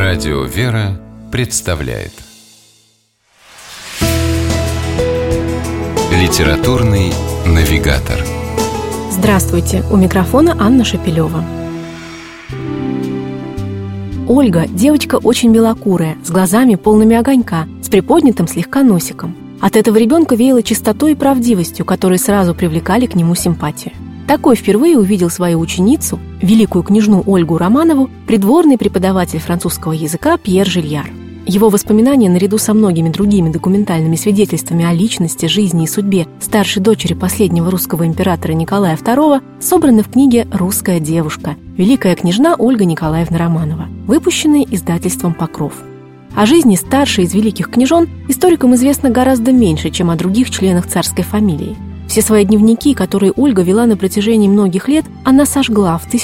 Радио «Вера» представляет Литературный навигатор. Здравствуйте, у микрофона Анна Шапилева. Ольга – девочка очень белокурая, с глазами полными огонька, с приподнятым слегка носиком. От этого ребенка веяло чистотой и правдивостью, которые сразу привлекали к нему симпатию. Такой впервые увидел свою ученицу, великую княжну Ольгу Романову, придворный преподаватель французского языка Пьер Жильяр. Его воспоминания, наряду со многими другими документальными свидетельствами о личности, жизни и судьбе старшей дочери последнего русского императора Николая II, собраны в книге «Русская девушка. Великая княжна Ольга Николаевна Романова», выпущенной издательством «Покров». О жизни старшей из великих княжон историкам известно гораздо меньше, чем о других членах царской фамилии. Все свои дневники, которые Ольга вела на протяжении многих лет, она сожгла в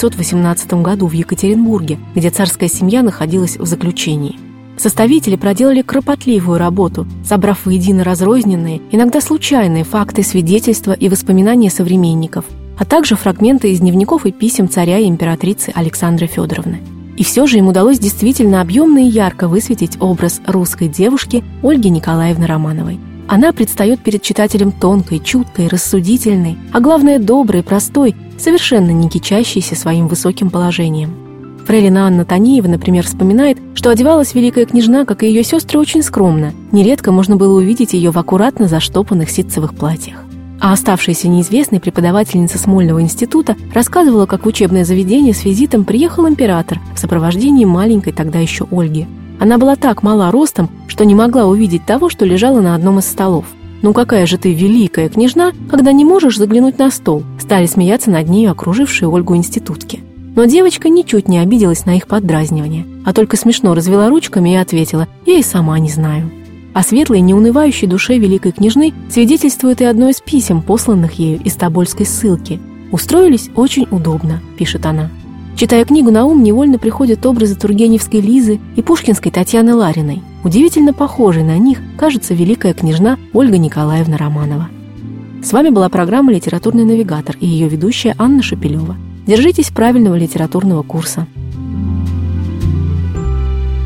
1918 году в Екатеринбурге, где царская семья находилась в заключении. Составители проделали кропотливую работу, собрав воедино разрозненные, иногда случайные факты, свидетельства и воспоминания современников, а также фрагменты из дневников и писем царя и императрицы Александры Федоровны. И все же им удалось действительно объемно и ярко высветить образ русской девушки Ольги Николаевны Романовой. Она предстает перед читателем тонкой, чуткой, рассудительной, а главное доброй, простой, совершенно не кичащейся своим высоким положением. Фрейлина Анна Танеева, например, вспоминает, что одевалась великая княжна, как и ее сестры, очень скромно. Нередко можно было увидеть ее в аккуратно заштопанных ситцевых платьях. А оставшаяся неизвестной преподавательница Смольного института рассказывала, как в учебное заведение с визитом приехал император в сопровождении маленькой тогда еще Ольги. Она была так мала ростом, что не могла увидеть того, что лежало на одном из столов. «Ну какая же ты великая княжна, когда не можешь заглянуть на стол?» Стали смеяться над нею окружившие Ольгу институтки. Но девочка ничуть не обиделась на их поддразнивание, а только смешно развела ручками и ответила: «Я и сама не знаю». О светлой, неунывающей душе великой княжны свидетельствует и одно из писем, посланных ею из тобольской ссылки. «Устроились очень удобно», — пишет она. Читая книгу, на ум невольно приходят образы тургеневской Лизы и пушкинской Татьяны Лариной. Удивительно похожей на них кажется великая княжна Ольга Николаевна Романова. С вами была программа «Литературный навигатор» и ее ведущая Анна Шапилева. Держитесь правильного литературного курса.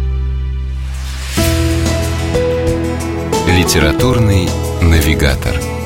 Литературный навигатор.